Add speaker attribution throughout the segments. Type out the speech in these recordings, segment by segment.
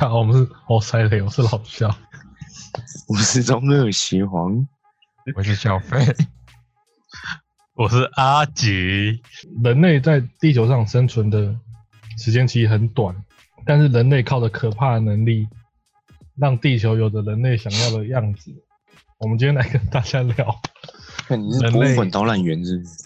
Speaker 1: 好，我们是欧塞雷，我是老肖，
Speaker 2: 我是中二邪皇，
Speaker 3: 我是小飞，
Speaker 4: 我是阿吉。
Speaker 1: 人类在地球上生存的时间其实很短，但是人类靠着可怕的能力，让地球有着人类想要的样子。我们今天来跟大家聊，
Speaker 2: 看你是博物馆导览员是不是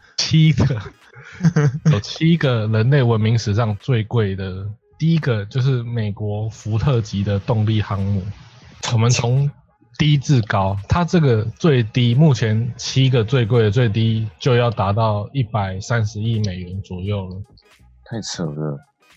Speaker 1: 有7个人类文明史上最贵的。第一个就是美国福特级的动力航母。我们从低至高，它这个最低目前7个最贵的最低就要达到130亿美元左右了，
Speaker 2: 太扯了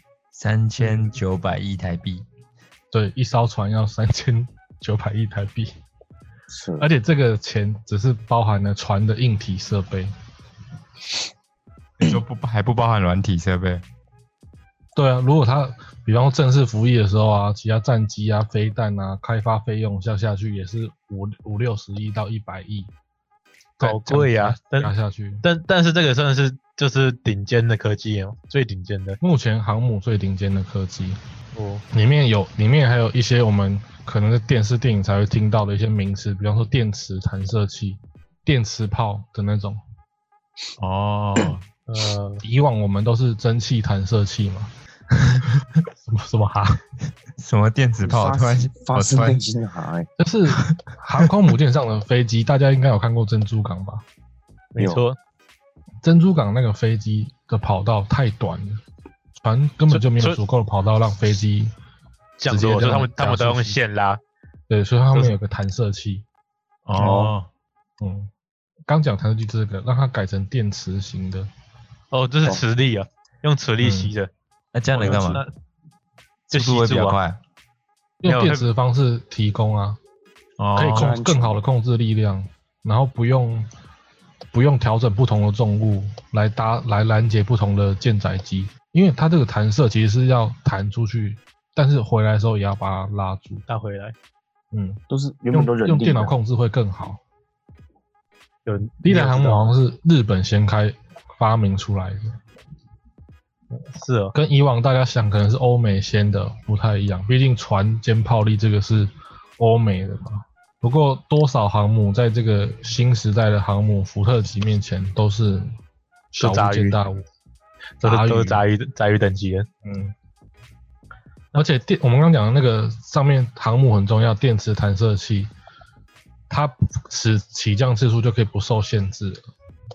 Speaker 3: 3900亿台币。
Speaker 1: 对，一艘船要3900亿台币，
Speaker 2: 扯，
Speaker 1: 而且这个钱只是包含了船的硬体设备。
Speaker 3: 你说还不包含软体设备？
Speaker 1: 对啊，如果它比方说正式服役的时候啊，其他战机啊、飞弹啊，开发费用下去也是50-60亿到100亿，
Speaker 4: 好贵呀！
Speaker 1: 压下去。
Speaker 4: 但是这个算是就是顶尖的科技哦，最顶尖的。
Speaker 1: 目前航母最顶尖的科技
Speaker 4: 哦，
Speaker 1: 里面还有一些我们可能在电视电影才会听到的一些名词，比方说电磁弹射器、电磁炮的那种。
Speaker 3: 哦，
Speaker 1: 以往我们都是蒸汽弹射器嘛。什么哈？
Speaker 3: 什么电子炮？
Speaker 2: 发自内心的哈
Speaker 1: 就是航空母舰上的飞机，大家应该有看过珍珠港吧？
Speaker 4: 没错，
Speaker 1: 珍珠港那个飞机的跑道太短了，船根本就没有足够的跑道让飞机
Speaker 4: 降落，所以他们都用线拉。
Speaker 1: 对，所以他们有个弹射器。
Speaker 3: 哦，
Speaker 1: 刚讲弹射器这个，让它改成电磁型的。
Speaker 4: 哦，这是磁力啊，用磁力吸的。
Speaker 3: 那这样能干嘛？
Speaker 4: 就
Speaker 3: 速度会比较快。
Speaker 1: 用电磁的方式提供啊，可以更好的控制力量，然后不用调整不同的重物来拦截不同的舰载机，因为它这个弹射其实是要弹出去，但是回来的时候也要把它拉住，
Speaker 4: 拉回来。
Speaker 2: 都是原本都人
Speaker 1: 用电脑控制会更好。
Speaker 4: 第
Speaker 1: 一台航母好像是日本先发明出来的。
Speaker 4: 是哦，
Speaker 1: 跟以往大家想可能是欧美先的不太一样，毕竟船坚炮利这个是欧美的嘛。不过多少航母在这个新时代的航母福特级面前都是小巫见大巫，
Speaker 4: 都是杂鱼等级的。
Speaker 1: 而且我们刚讲的那个上面航母很重要，电磁弹射器，它起降次数就可以不受限制了。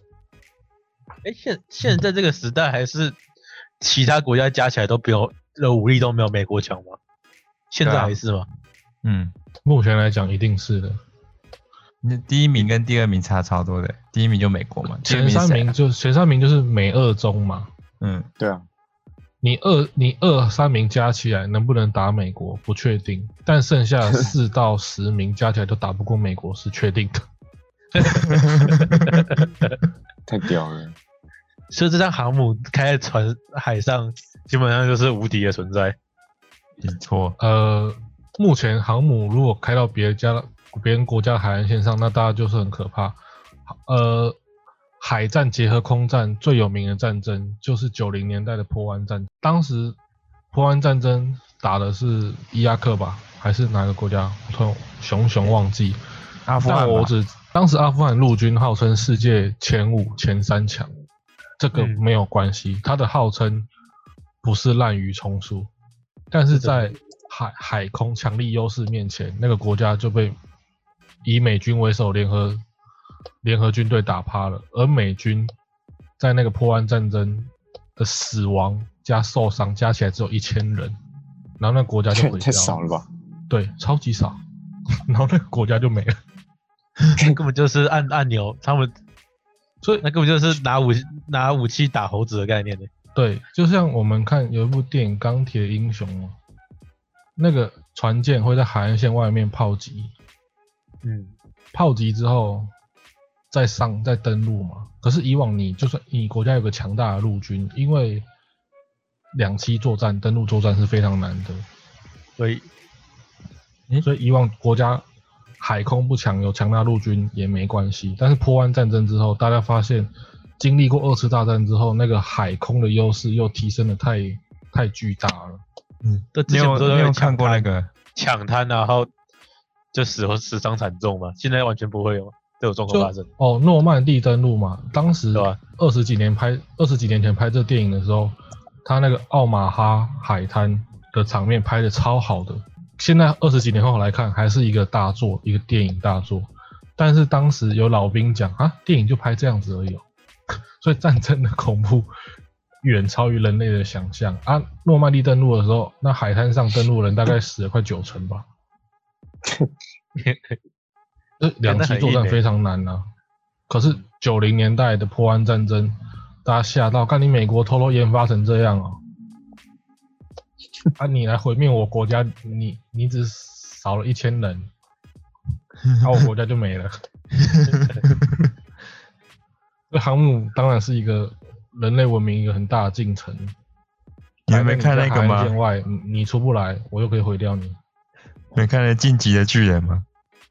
Speaker 4: 现在这个时代还是其他国家加起来都不有的武力都没有美国强吗？现在还是吗？
Speaker 1: 目前来讲一定是的。
Speaker 3: 那第1名跟第2名差超多的，第1名就美国嘛，
Speaker 1: 前3名就是美俄中嘛。
Speaker 2: 对啊。
Speaker 1: 你2、3名加起来能不能打美国不确定，但剩下4到10名加起来都打不过美国是确定的。
Speaker 2: 太屌了！
Speaker 4: 所以这辆航母开在海上，基本上就是无敌的存在。
Speaker 3: 没错。
Speaker 1: 目前航母如果开到别人国家的海岸线上，那大家就是很可怕。海战结合空战最有名的战争就是90年代的波湾战。当时波湾战争打的是伊拉克吧，还是哪个国家？我突然熊忘记。
Speaker 3: 阿富汗吧。
Speaker 1: 当时阿富汗陆军号称世界前5、前3强，这个没有关系，它的号称不是滥竽充数，但是在海空强力优势面前，那个国家就被以美军为首联合军队打趴了，而美军在那个波湾战争的死亡加受伤加起来只有1000人，然后那个国家就毁掉了。
Speaker 2: 太少了吧？
Speaker 1: 对，超级少，然后那个国家就没了。
Speaker 4: 根本就是按钮，他们所以那根本就是拿武器打猴子的概念呢。
Speaker 1: 对，就像我们看有一部电影《钢铁英雄》嘛，那个船舰会在海岸线外面炮击，炮击之后再登陆嘛。可是以往就算你国家有个强大的陆军，因为2栖作战、登陆作战是非常难的，所以以往国家海空不强，有强大陆军也没关系。但是波湾战争之后，大家发现经历过2次大战之后，那个海空的优势又提升的太巨大了。
Speaker 3: 你有看过那个
Speaker 4: 抢滩，然后就死伤惨重嘛？现在完全不会有这种状况发生。
Speaker 1: 诺曼底登陆嘛，当时20几年前拍这电影的时候，他那个奥马哈海滩的场面拍的超好的。现在20几年后来看，还是一个大作，一个电影大作。但是当时有老兵讲电影就拍这样子而已所以战争的恐怖远超于人类的想象诺曼底登陆的时候，那海滩上登陆人大概死了快90%吧。两栖作战非常难可是90年代的波湾战争，大家吓到，看你美国偷偷研发成这样你来毁灭我国家，你只少了1000人，我国家就没了。这航母当然是一个人类文明一个很大的进程。
Speaker 3: 你有没有看那个吗？
Speaker 1: 海岸线外你出不来，我就可以毁掉你。
Speaker 3: 没看了《晋级的巨人》吗？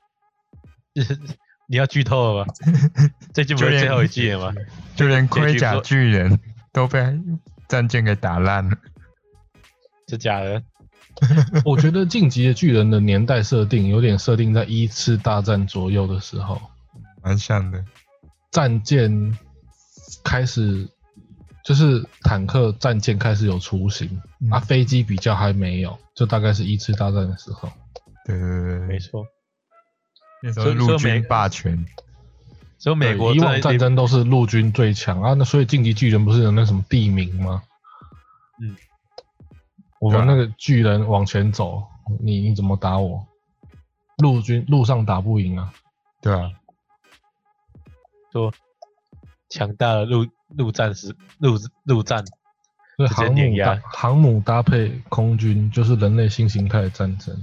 Speaker 4: 你要剧透了吗？这季不是最后一季了吗？
Speaker 3: 就连盔甲巨人都被战舰给打烂了。
Speaker 4: 是假的？
Speaker 1: 我觉得《晋级的巨人》的年代设定有点设定在1次大战左右的时候，
Speaker 3: 蛮像的。
Speaker 1: 战舰开始就是坦克战舰开始有雏形飞机比较还没有，就大概是1次大战的时候。
Speaker 3: 对，
Speaker 4: 没错。
Speaker 3: 那时候陆军霸权，
Speaker 4: 所以美国
Speaker 1: 以往战争都是陆军最强那所以晋级巨人不是有那什么地名吗？我们那个巨人往前走，你怎么打我？路上打不赢
Speaker 3: 对啊，
Speaker 4: 说强大的陆战，所以
Speaker 1: 航母搭配空军就是人类新形态的战争。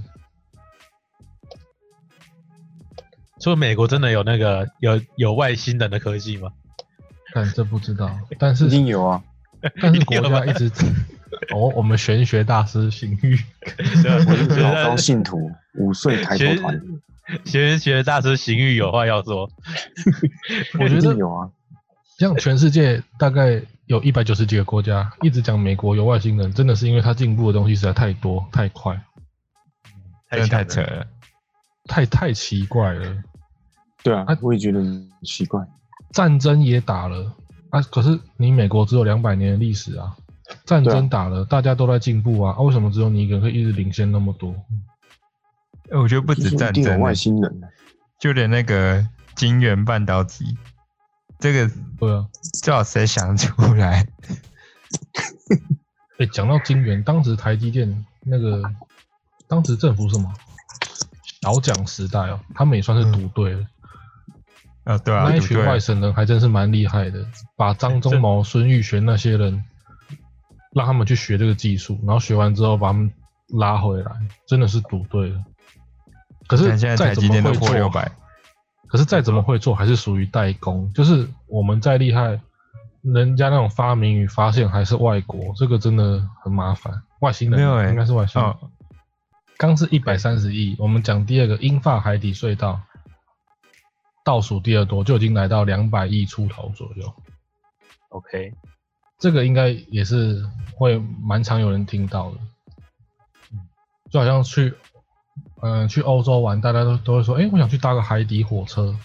Speaker 4: 所以美国真的有那个有外星人的科技吗？
Speaker 1: 但这不知道，但是
Speaker 2: 一定有
Speaker 1: 但是国家一直我们玄学大师邢玉，
Speaker 2: 我是老高信徒，5岁抬头团，
Speaker 4: 玄学大师邢玉有话要说。
Speaker 1: 我觉得
Speaker 2: 有
Speaker 1: 像全世界大概有190几个国家一直讲美国有外星人，真的是因为它进步的东西实在太多太快，
Speaker 3: 太扯了，
Speaker 1: 太奇怪了。
Speaker 2: 对我也觉得很奇怪。
Speaker 1: 战争也打了可是你美国只有200年的历史战争打了，大家都在进步为什么只有你一个人可以一直领先那么多？
Speaker 3: 我觉得不止战争，
Speaker 2: 有外星人
Speaker 3: 就连那个晶圆半导体，这个最好谁想出来？
Speaker 1: 讲到晶圆，当时台积电当时政府什么小蒋时代他们也算是赌对了。
Speaker 3: 对啊，
Speaker 1: 那一群外省人还真是蛮厉害的，把张忠谋、孙玉璇那些人让他们去学这个技术，然后学完之后把他们拉回来，真的是赌对了。可是再怎么会做，再怎么会做，还是属于代工。就是我们再厉害，人家那种发明与发现还是外国，这个真的很麻烦。外星人应该是外星人。刚是130亿，我们讲第二个英法海底隧道。倒数第2多就已经来到200亿出头左右。
Speaker 4: OK，
Speaker 1: 这个应该也是会蛮常有人听到的。就好像去欧洲玩，大家都会说，我想去搭个海底火车。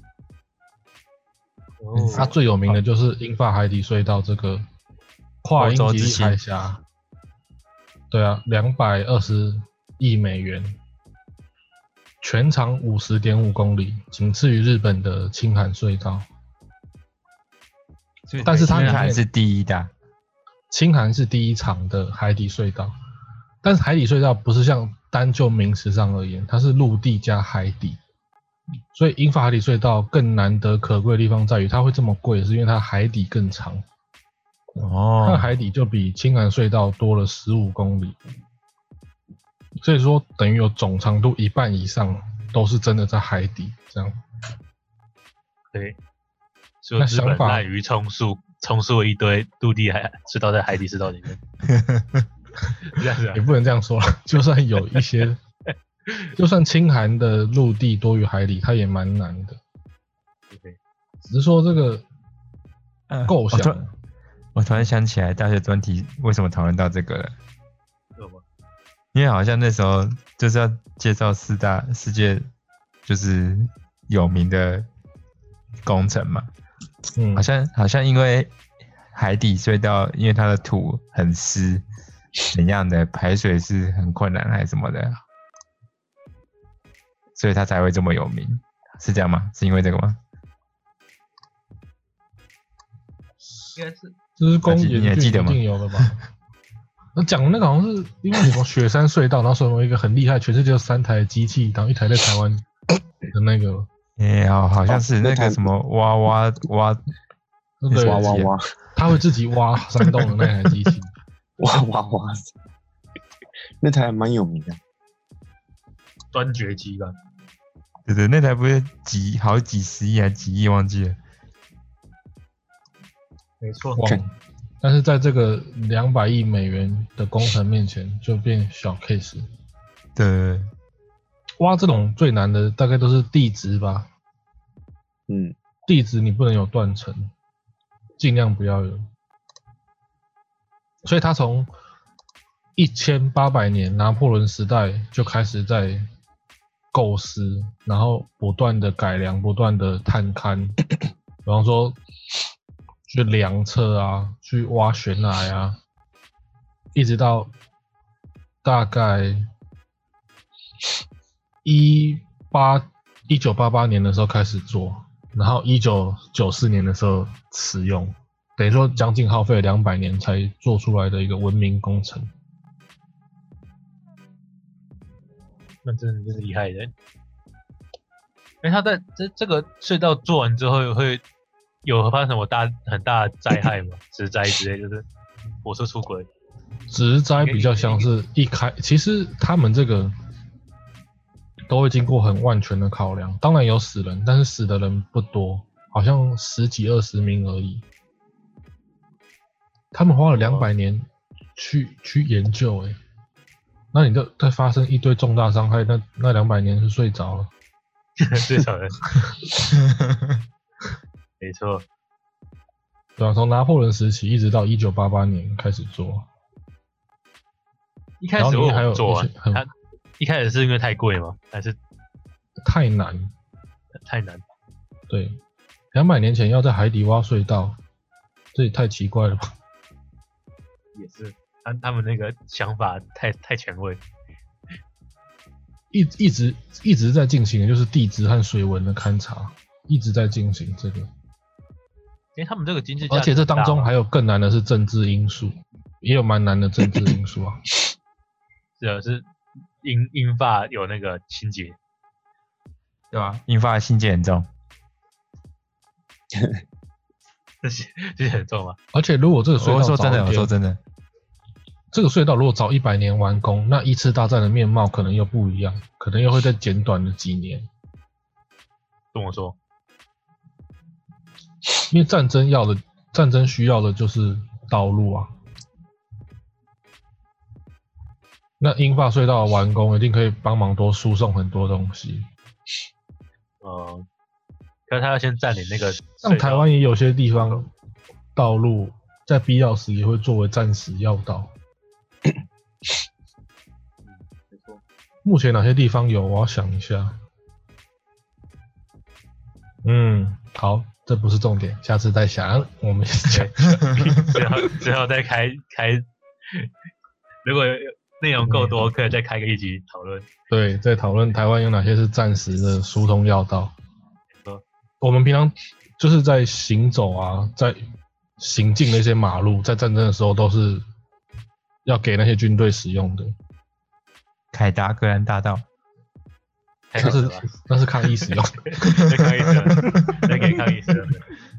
Speaker 1: 它最有名的就是英法海底隧道这个跨英吉利海峡。对，220亿美元。全长50.5公里，仅次于日本的青函隧道。但是它
Speaker 3: 青函是第一的，
Speaker 1: 青函是第一长的海底隧道。但是海底隧道不是像单就名词上而言，它是陆地加海底。所以英法海底隧道更难得可贵的地方在于，它会这么贵，是因为它海底更长。它的海底就比青函隧道多了15公里。所以说，等于有总长度1半以上都是真的在海底这样。
Speaker 4: 对，所以日本滥竽充数了一堆陆地隧道在海底隧道里面。
Speaker 1: 也不能这样说了，就算有一些，就算青函的陆地多于海底，它也蛮难的。只是说这个构想，
Speaker 3: 我突然想起来大学专题为什么讨论到这个了。 因为好像那时候就是要介绍4大世界就是有名的工程嘛，好像因为海底隧道，因为它的土很湿，怎样的排水是很困难还是什么的，所以它才会这么有名，是这样吗？是因为这个吗？
Speaker 4: 应该是，
Speaker 1: 这是公演剧一定有的吧？那讲的那个好像是因为什么雪山隧道，然后说有一个很厉害，全世界有3台机器，然后1台在台湾的那个，
Speaker 3: 好像是那个什么挖，
Speaker 1: 对，
Speaker 2: 挖，
Speaker 1: 他会自己挖山洞的那台机器，
Speaker 2: 挖，那台还蛮有名的，
Speaker 4: 钻掘机吧？
Speaker 3: 对，那台不是好几十亿还几亿忘记了。
Speaker 4: 没错，
Speaker 1: 但是在这个200亿美元的工程面前，就变小 case。
Speaker 3: 对，
Speaker 1: 挖这种最难的大概都是地质吧。地质你不能有断层，尽量不要有。所以他从1800年拿破仑时代就开始在构思，然后不断的改良，不断的探勘，比方说去量测啊，去挖悬崖啊，一直到大概1988年的时候开始做，然后1994年的时候使用，等于说将近耗费了200年才做出来的一个文明工程。
Speaker 4: 那真的是厉害的。因为他在这个隧道做完之后，会有发生什么很大的灾害吗？植灾之类，就是火车出轨。
Speaker 1: 植灾比较像是其实他们这个都会经过很万全的考量，当然有死人，但是死的人不多，好像10几20名而已。他们花了200年去研究，那你再发生一堆重大伤害，那200年是睡着了。
Speaker 4: 睡着了。没错。
Speaker 1: 对啊，从拿破仑时期一直到1988年开始做。
Speaker 4: 一开始还有做他一开始是因为太贵吗？还是
Speaker 1: 太难？
Speaker 4: 太难。
Speaker 1: 对，200年前要在海底挖隧道，这也太奇怪了吧？
Speaker 4: 也是，他们那个想法太前卫。
Speaker 1: 一直在进行的就是地质和水文的勘察，一直在进行这个。
Speaker 4: 他们这个经济价值，
Speaker 1: 而且这当中还有更难的是政治因素，也有蛮难的政治因素啊。
Speaker 4: 是英法有那个心结，
Speaker 3: 对吧？英法的心结很重。
Speaker 4: 这些很重吗？
Speaker 1: 而且如果这个隧道
Speaker 3: 我说真的，
Speaker 1: 这个隧道如果早100年完工，那一次大战的面貌可能又不一样，可能又会再减短了几年。
Speaker 4: 跟我说，
Speaker 1: 因为战争需要的就是道路啊。那英法隧道的完工一定可以帮忙多输送很多东西。
Speaker 4: 可是他要先占领那个。
Speaker 1: 像台湾也有些地方道路在必要时也会作为战时要道。目前哪些地方有？我要想一下。好，这不是重点，下次再想。我们讲，
Speaker 4: 最后再开。如果内容够多，可以再开个1集讨论。
Speaker 1: 对，再讨论台湾有哪些是暂时的疏通要道。我们平常就是在行走啊，在行进那些马路，在战争的时候都是要给那些军队使用的。
Speaker 3: 凯达格兰大道，
Speaker 1: 那是抗议使用。
Speaker 4: 再给抗议使用。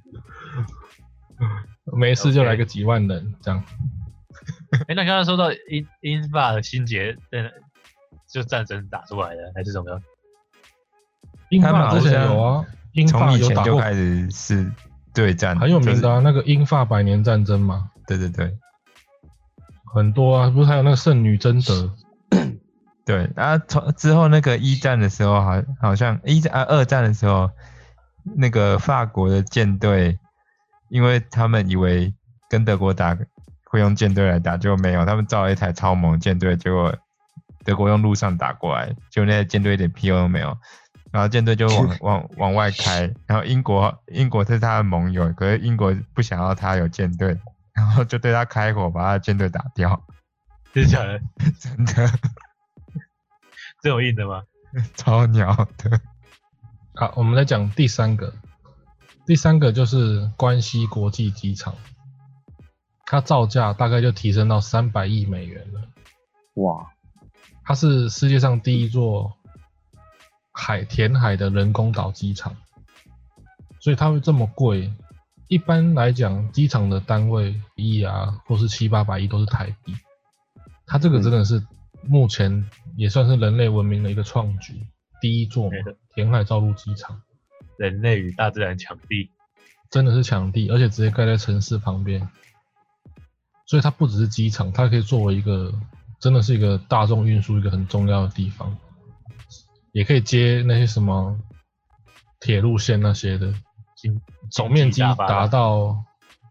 Speaker 1: 没事就来个几万人这样。
Speaker 4: 那刚刚说到英法的心结，就战争打出来的还是怎么样？
Speaker 1: 英法之前有啊，英法有打过，
Speaker 3: 从以前就开始是对战，
Speaker 1: 很有名的啊，那个英法100年战争嘛。
Speaker 3: 对，
Speaker 1: 很多啊，不是还有那个圣女贞德。
Speaker 3: 对，之后那个1战的时候，好像2战的时候，那个法国的舰队，因为他们以为跟德国打会用舰队来打，结果没有，他们造了一台超猛舰队，结果德国用陆上打过来，就那些舰队一点屁用都没有，然后舰队就往外开，然后英国是他的盟友，可是英国不想要他有舰队，然后就对他开火，把他的舰队打掉。
Speaker 4: 真的假的？
Speaker 3: 真的。
Speaker 4: 这有硬的吗？
Speaker 3: 超鸟的。
Speaker 1: 好，我们来讲第三个。第三个就是关西国际机场，它造价大概就提升到300亿美元了。
Speaker 2: 哇！
Speaker 1: 它是世界上第一座填海的人工岛机场，所以它会这么贵。一般来讲，机场的单位亿啊，或是700-800亿都是台币。它这个真的是目前也算是人类文明的一个创举，第一座嘛，填海造陆机场。
Speaker 4: 人类与大自然抢地，
Speaker 1: 真的是抢地，而且直接盖在城市旁边，所以它不只是机场，它可以作为一个真的是一个大众运输一个很重要的地方，也可以接那些什么铁路线那些的，总面积达到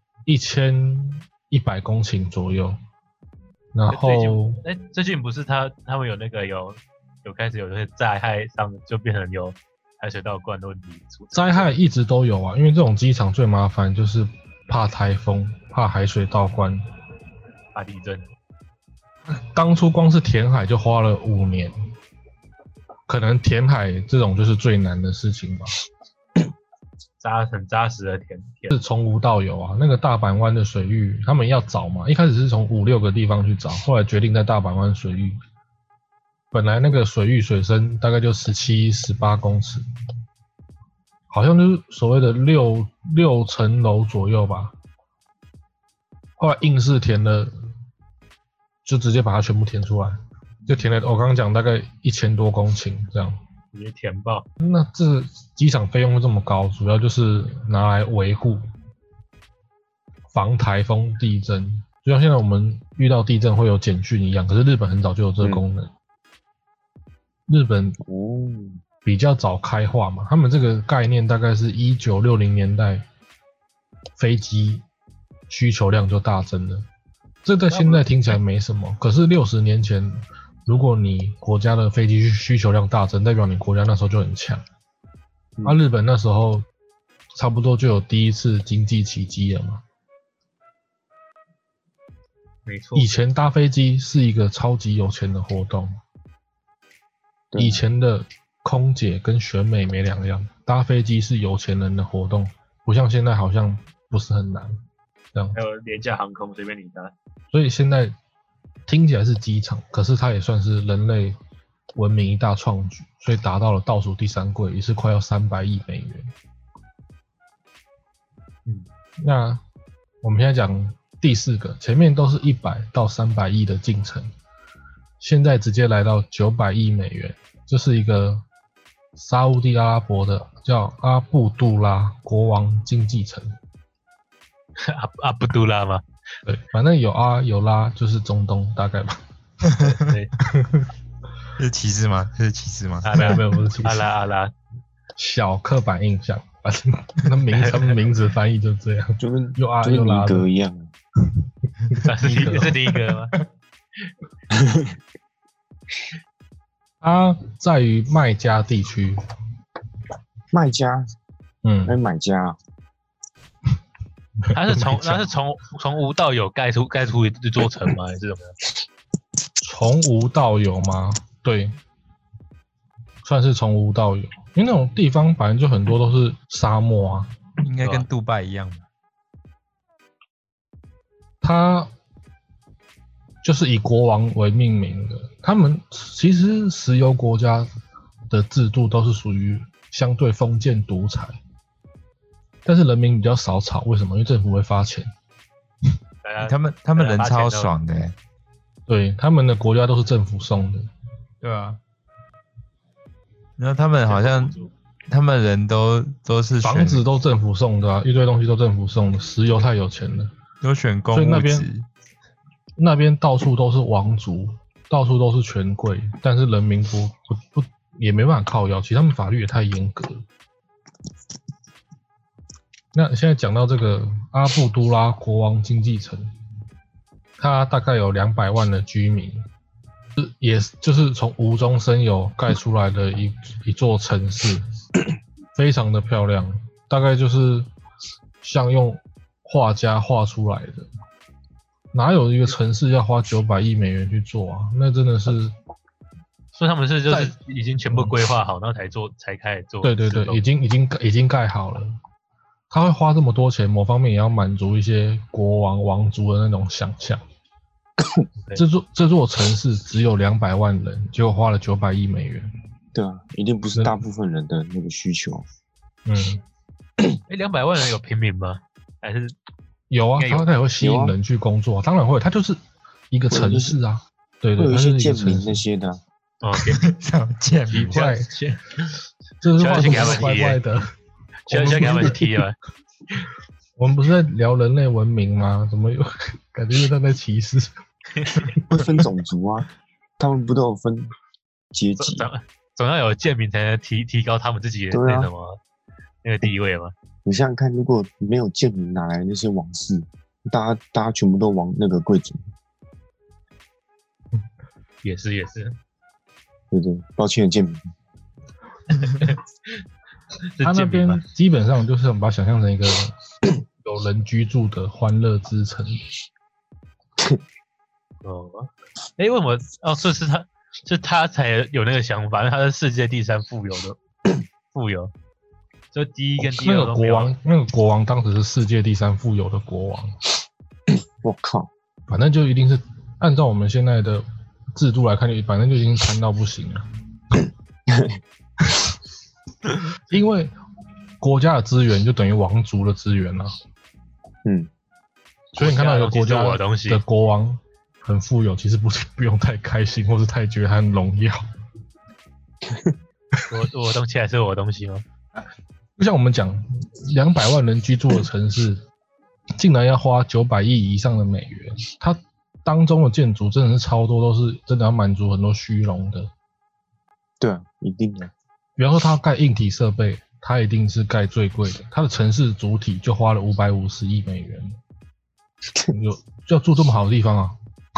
Speaker 1: 1100公顷左右。然后，
Speaker 4: 最近不是他们有那个有开始有那些灾害上就变成有海水倒灌的问题。
Speaker 1: 灾害一直都有啊，因为这种机场最麻烦就是怕台风、怕海水倒灌、
Speaker 4: 怕地震。
Speaker 1: 当初光是填海就花了5年，可能填海这种就是最难的事情吧。
Speaker 4: 很扎实的填
Speaker 1: 是从无到有啊。那个大阪湾的水域，他们要找嘛，一开始是从5-6个地方去找，后来决定在大阪湾水域。本来那个水域水深大概就17-18公尺，好像就是所谓的六层楼左右吧。后来硬是填了，就直接把它全部填出来，就填了我刚刚讲大概1000多公顷这样。
Speaker 4: 直接填爆。
Speaker 1: 那这机场费用这么高，主要就是拿来维护、防台风、地震，就像现在我们遇到地震会有简讯一样，可是日本很早就有这个功能。日本比较早开化嘛，他们这个概念大概是1960年代飞机需求量就大增了。这在现在听起来没什么，可是60年前。如果你国家的飞机需求量大增，代表你国家那时候就很强。日本那时候差不多就有第一次经济奇迹了嘛。
Speaker 4: 没错。
Speaker 1: 以前搭飞机是一个超级有钱的活动，以前的空姐跟选美没两样，搭飞机是有钱人的活动，不像现在好像不是很难。这样。
Speaker 4: 还有廉价航空随便你搭。
Speaker 1: 所以现在。听起来是机场，可是它也算是人类文明一大创举，所以达到了倒数第3贵，也是快要300亿美元。那我们现在讲第4个，前面都是100到300亿的进程，现在直接来到900亿美元，这是一个沙烏地阿拉伯的叫阿布杜拉国王经济城。
Speaker 4: 阿布杜拉吗？
Speaker 1: 对，反正有阿有拉就是中东大概吧。
Speaker 4: 对，
Speaker 3: 是歧视吗？是歧视吗？
Speaker 1: 没有，不是歧视。
Speaker 4: 阿拉，
Speaker 1: 小刻板印象，反正那名字翻译就这样，
Speaker 2: 就跟
Speaker 1: 又阿又拉
Speaker 2: 尼格一样。
Speaker 4: 是尼格吗？
Speaker 1: 它在于麦加地区。
Speaker 2: 卖家，还买家。
Speaker 4: 它是从无到有盖出一座城吗？还是怎么样？
Speaker 1: 从无到有吗？对，算是从无到有。因为那种地方反正就很多都是沙漠啊，
Speaker 3: 应该跟杜拜一样吧？
Speaker 1: 它就是以国王为命名的。他们其实石油国家的制度都是属于相对封建独裁。但是人民比较少吵，为什么？因为政府会发钱。
Speaker 3: 他们人超爽的欸。
Speaker 1: 对，他们的国家都是政府送的。
Speaker 3: 对啊。然后他们好像，他们人都是
Speaker 1: 房子都政府送的啊，一堆东西都政府送的，石油太有钱了。
Speaker 3: 都选公务职。
Speaker 1: 那边到处都是王族，到处都是权贵，但是人民不也没办法靠腰，其实他们法律也太严格了。那现在讲到这个阿布都拉国王经济城，它大概有200万的居民， 也就是从无中生有盖出来的一座城市，非常的漂亮，大概就是像用画家画出来的。哪有一个城市要花900亿美元去做啊？那真的是，
Speaker 4: 所以他们就是已经全部规划好，然后才开始做。
Speaker 1: 对，已经盖好了。他会花这么多钱，某方面也要满足一些国王王族的那种想象。这座城市只有200万人，结果花了900亿美元。
Speaker 2: 对啊，一定不是大部分人的那个需求。
Speaker 4: 200万人有平民吗？还是
Speaker 1: 有啊？它也会吸引人去工作，当然会。它就是一个城市啊，对，
Speaker 2: 会有一些贱民那些的。
Speaker 3: 贱民
Speaker 1: 怪，这是话说怪怪的。
Speaker 4: 先给他们踢了。
Speaker 1: 我们不是在聊人类文明吗？怎么又感觉又在歧视？
Speaker 2: 会分种族啊，他们不都有分阶级？
Speaker 4: 总要有贱民才能提高他们自己的那什么那个地位嘛。
Speaker 2: 你想想看，如果没有贱民，哪来那些王室？大家全部都往那个贵族。
Speaker 4: 也是。
Speaker 2: 对，抱歉，贱民。
Speaker 1: 他那边基本上就是我们把它想象成一个有人居住的欢乐之城。
Speaker 4: 为什么？所以是他才有那个想法，因为他是世界第3富有，就第1跟第2都没有。
Speaker 1: 那个国王当时是世界第3富有的国王。
Speaker 2: 我靠，
Speaker 1: 反正就一定是按照我们现在的制度来看，反正就已经贪到不行了。因为国家的资源就等于王族的资源啊。所以你看到有国家的国王很富有，其实不用太开心，或是太觉得他很荣耀。
Speaker 4: 我东西还是我东西吗？
Speaker 1: 就像我们讲，200万人居住的城市，竟然要花900亿以上的美元，它当中的建筑真的是超多，都是真的要满足很多虚荣的。
Speaker 2: 对啊，一定的。
Speaker 1: 比方说，它盖硬体设备，它一定是盖最贵的。它的城市主体就花了550亿美元，就要住这么好的地方啊。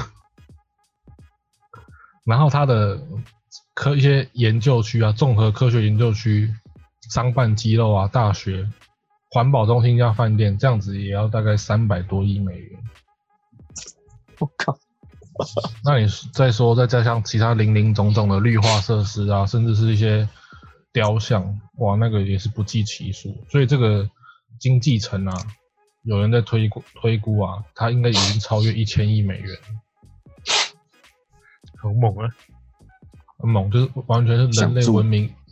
Speaker 1: 然后它的一些研究区啊，综合科学研究区、商办机构啊、大学、环保中心加饭店，这样子也要大概300多亿美元。
Speaker 2: 我靠！
Speaker 1: 那你再加上其他林林总总的绿化设施啊，甚至是一些雕像，哇，那个也是不计其数。所以这个经济城啊，有人在推估啊，它应该已经超越1000亿美元。
Speaker 4: 很猛啊！
Speaker 1: 很猛，就是完全是人类文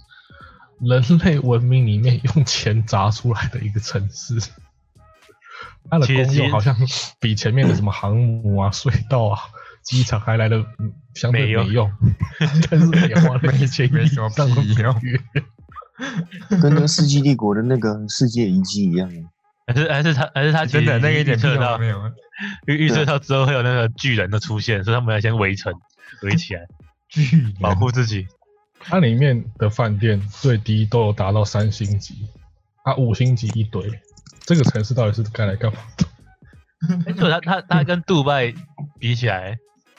Speaker 1: 明里面用钱砸出来的一个城市。它的功用好像比前面的什么航母啊、隧道啊、机场还来的相对没用，但是也花了1000亿以上的美元，
Speaker 2: 跟那个世纪帝国的那个世界遗迹一样。
Speaker 4: 还是他
Speaker 3: 真的那个一点
Speaker 4: 预测到
Speaker 3: 没有，
Speaker 4: 预测到之后会有那个巨人的出现，所以他们要先围起来，保护自己。
Speaker 1: 它里面的饭店最低都有达到3星级，它5星级一堆。这个城市到底是该来干嘛的？
Speaker 4: 就它跟杜拜比起来，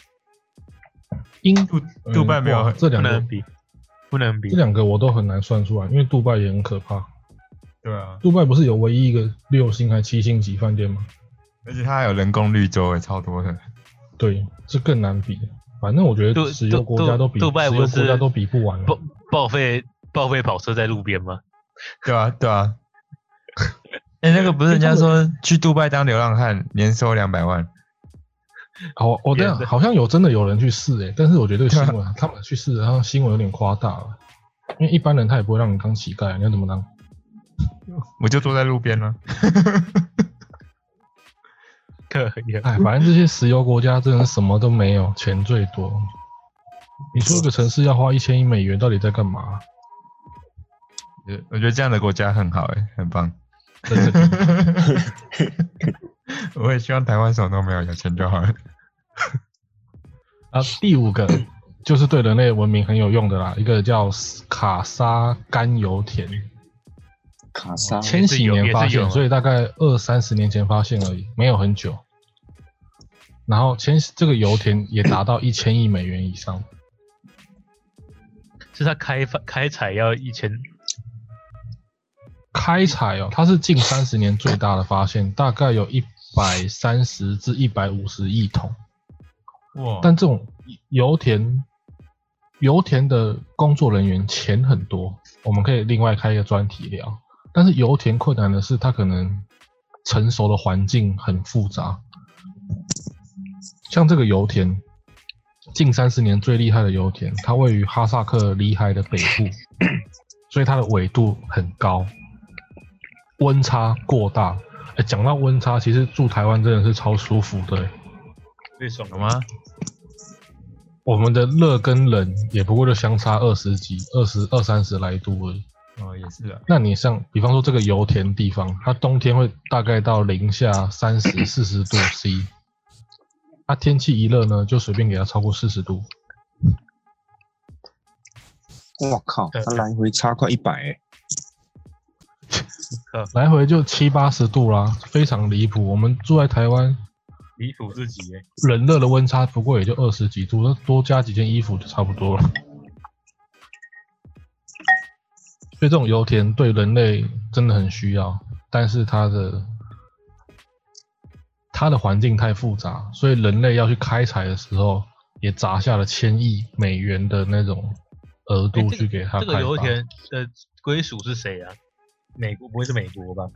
Speaker 3: 杜拜没有
Speaker 1: 这两个
Speaker 4: 不能比，
Speaker 1: 这两个我都很难算出来，因为杜拜也很可怕。
Speaker 3: 对啊，
Speaker 1: 杜拜不是有唯一一个6星还7星级饭店吗？
Speaker 3: 而且它还有人工绿洲，超多的。
Speaker 1: 对，这更难比。反正我觉得石油国家都比不完了。
Speaker 4: 报废跑车在路边吗？
Speaker 3: 对啊。那个不是人家说去杜拜当流浪汉，年收200万。
Speaker 1: 我这样好像真的有人去试但是我觉得这个新闻他们去试，然后新闻有点夸大了，因为一般人他也不会让你当乞丐，你要怎么当？
Speaker 3: 我就坐在路边了。
Speaker 4: 可以。
Speaker 1: 反正这些石油国家真的什么都没有，钱最多。你说一个城市要花1000亿美元，到底在干嘛？
Speaker 3: 我觉得这样的国家很好很棒。
Speaker 1: 真的。
Speaker 3: 我也希望台湾什么都没有，有钱就好了。
Speaker 1: 第5个就是对人类文明很有用的啦，一个叫卡沙甘油田。
Speaker 2: 卡沙
Speaker 1: 千禧年发现，所以大概20-30年前发现而已，没有很久。 然后这个油田也达到1000亿美元以上。
Speaker 4: 是他开采要1000？
Speaker 1: 开采哦，它是近30年最大的发现，大概有130至150亿桶。
Speaker 3: 哇！
Speaker 1: 但这种油田的工作人员钱很多，我们可以另外开一个专题聊。但是油田困难的是，它可能成熟的环境很复杂。像这个油田，近30年最厉害的油田，它位于哈萨克里海的北部，所以它的纬度很高，温差过大。讲到温差，其实住台湾真的是超舒服的。
Speaker 4: 最爽了吗？
Speaker 1: 我们的热跟冷也不过就相差20几、20-30来度而已。
Speaker 3: 哦，也是啊。
Speaker 1: 那你像，比方说这个油田地方，它冬天会大概到零下30、40度 C， 它天气一热呢，就随便给它超过40度。
Speaker 2: 我靠，它来回差快100
Speaker 1: 来回就70-80度啦，非常离谱。我们住在台湾，
Speaker 4: 离谱自己
Speaker 1: 冷热的温差不过也就20几度，多加几件衣服就差不多了。所以这种油田对人类真的很需要，但是它的环境太复杂，所以人类要去开采的时候，也砸下了1000亿美元的那种额度去给它开发。
Speaker 4: 这个油田的归属是谁啊？美国不会是美国吧？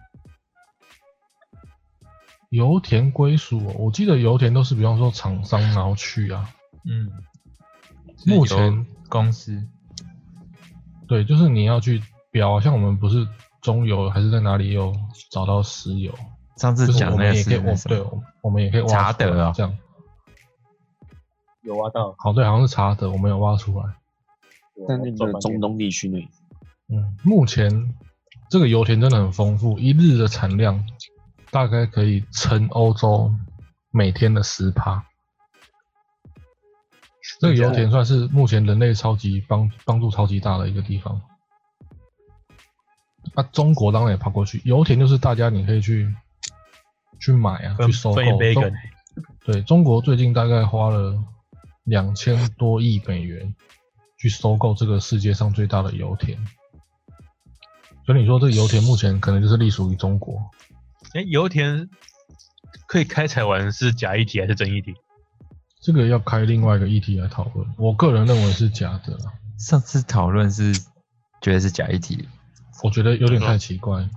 Speaker 1: 油田归属，我记得油田都是比方说厂商然后去啊。目前
Speaker 3: 公司
Speaker 1: 对，就是你要去标，像我们不是中油还是在哪里有找到石油？
Speaker 3: 上次讲那个是
Speaker 1: 我们也可以挖
Speaker 3: 查德啊，
Speaker 1: 这样
Speaker 4: 有挖到。
Speaker 1: 好，对，好像是查德，我们有挖出来。
Speaker 2: 在那个中东地区内。
Speaker 1: 目前这个油田真的很丰富，一日的产量大概可以撑欧洲每天的10%。这个油田算是目前人类帮助超级大的一个地方。中国当然也跑过去，油田就是大家你可以去买啊，去收购。对，中国最近大概花了2000多亿美元去收购这个世界上最大的油田。所以你说这个油田目前可能就是隶属于中国。
Speaker 4: 油田可以开采完是假议题还是真议题？
Speaker 1: 这个要开另外一个议题来讨论。我个人认为是假的啦。
Speaker 3: 上次讨论是觉得是假议题，
Speaker 1: 我觉得有点太奇怪。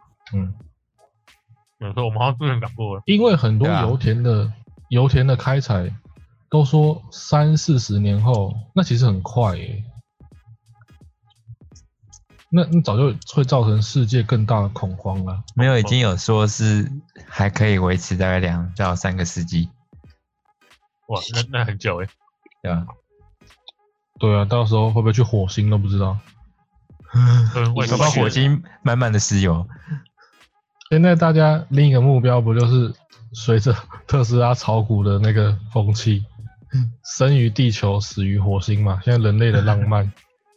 Speaker 4: 有时候我们好像之前讲过了，
Speaker 1: 因为很多油田的开采都说30-40年后，那其实很快耶。那早就会造成世界更大的恐慌了。
Speaker 3: 没有，已经有说是还可以维持大概2到3个世纪。
Speaker 4: 哇，那很久哎。
Speaker 3: 对啊。
Speaker 1: 对啊，到时候会不会去火星都不知道。
Speaker 3: 搞不好火星满满的石油。
Speaker 1: 现在大家另一个目标不就是随着特斯拉炒股的那个风气，生于地球，死于火星嘛？现在人类的浪漫。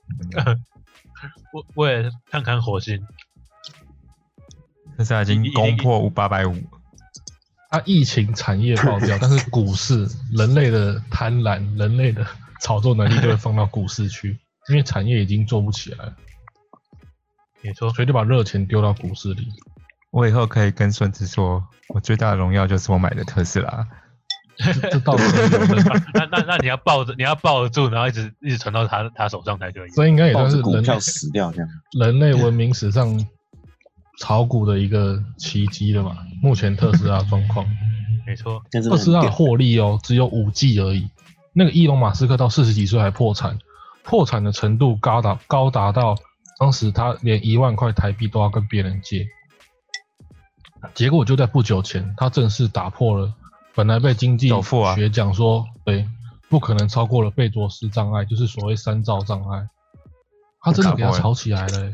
Speaker 4: 我也看看火星。
Speaker 3: 特斯拉已经攻破850。
Speaker 1: 疫情产业爆掉，但是股市人类的贪婪，人类的炒作能力就会放到股市去，因为产业已经做不起来了。
Speaker 4: 没错，
Speaker 1: 所以就把热钱丢到股市里。
Speaker 3: 我以后可以跟孙子说，我最大的荣耀就是我买的特斯拉。
Speaker 1: 这倒是有的。
Speaker 4: 那你要抱得住，然后一直传到他手上才可以。
Speaker 1: 这应该也算是
Speaker 2: 股票死掉这样。
Speaker 1: 人类文明史上炒股的一个奇迹了嘛？目前特斯拉状况，
Speaker 4: 没错，
Speaker 1: 特斯拉的获利只有5G 而已。那个伊隆马斯克到40几岁还破产，破产的程度高达到当时他连1万块台币都要跟别人借。结果就在不久前，他正式打破了本来被经济学讲说，对，不可能超过了贝佐斯障碍，就是所谓3兆障碍。他真的给他炒起来了。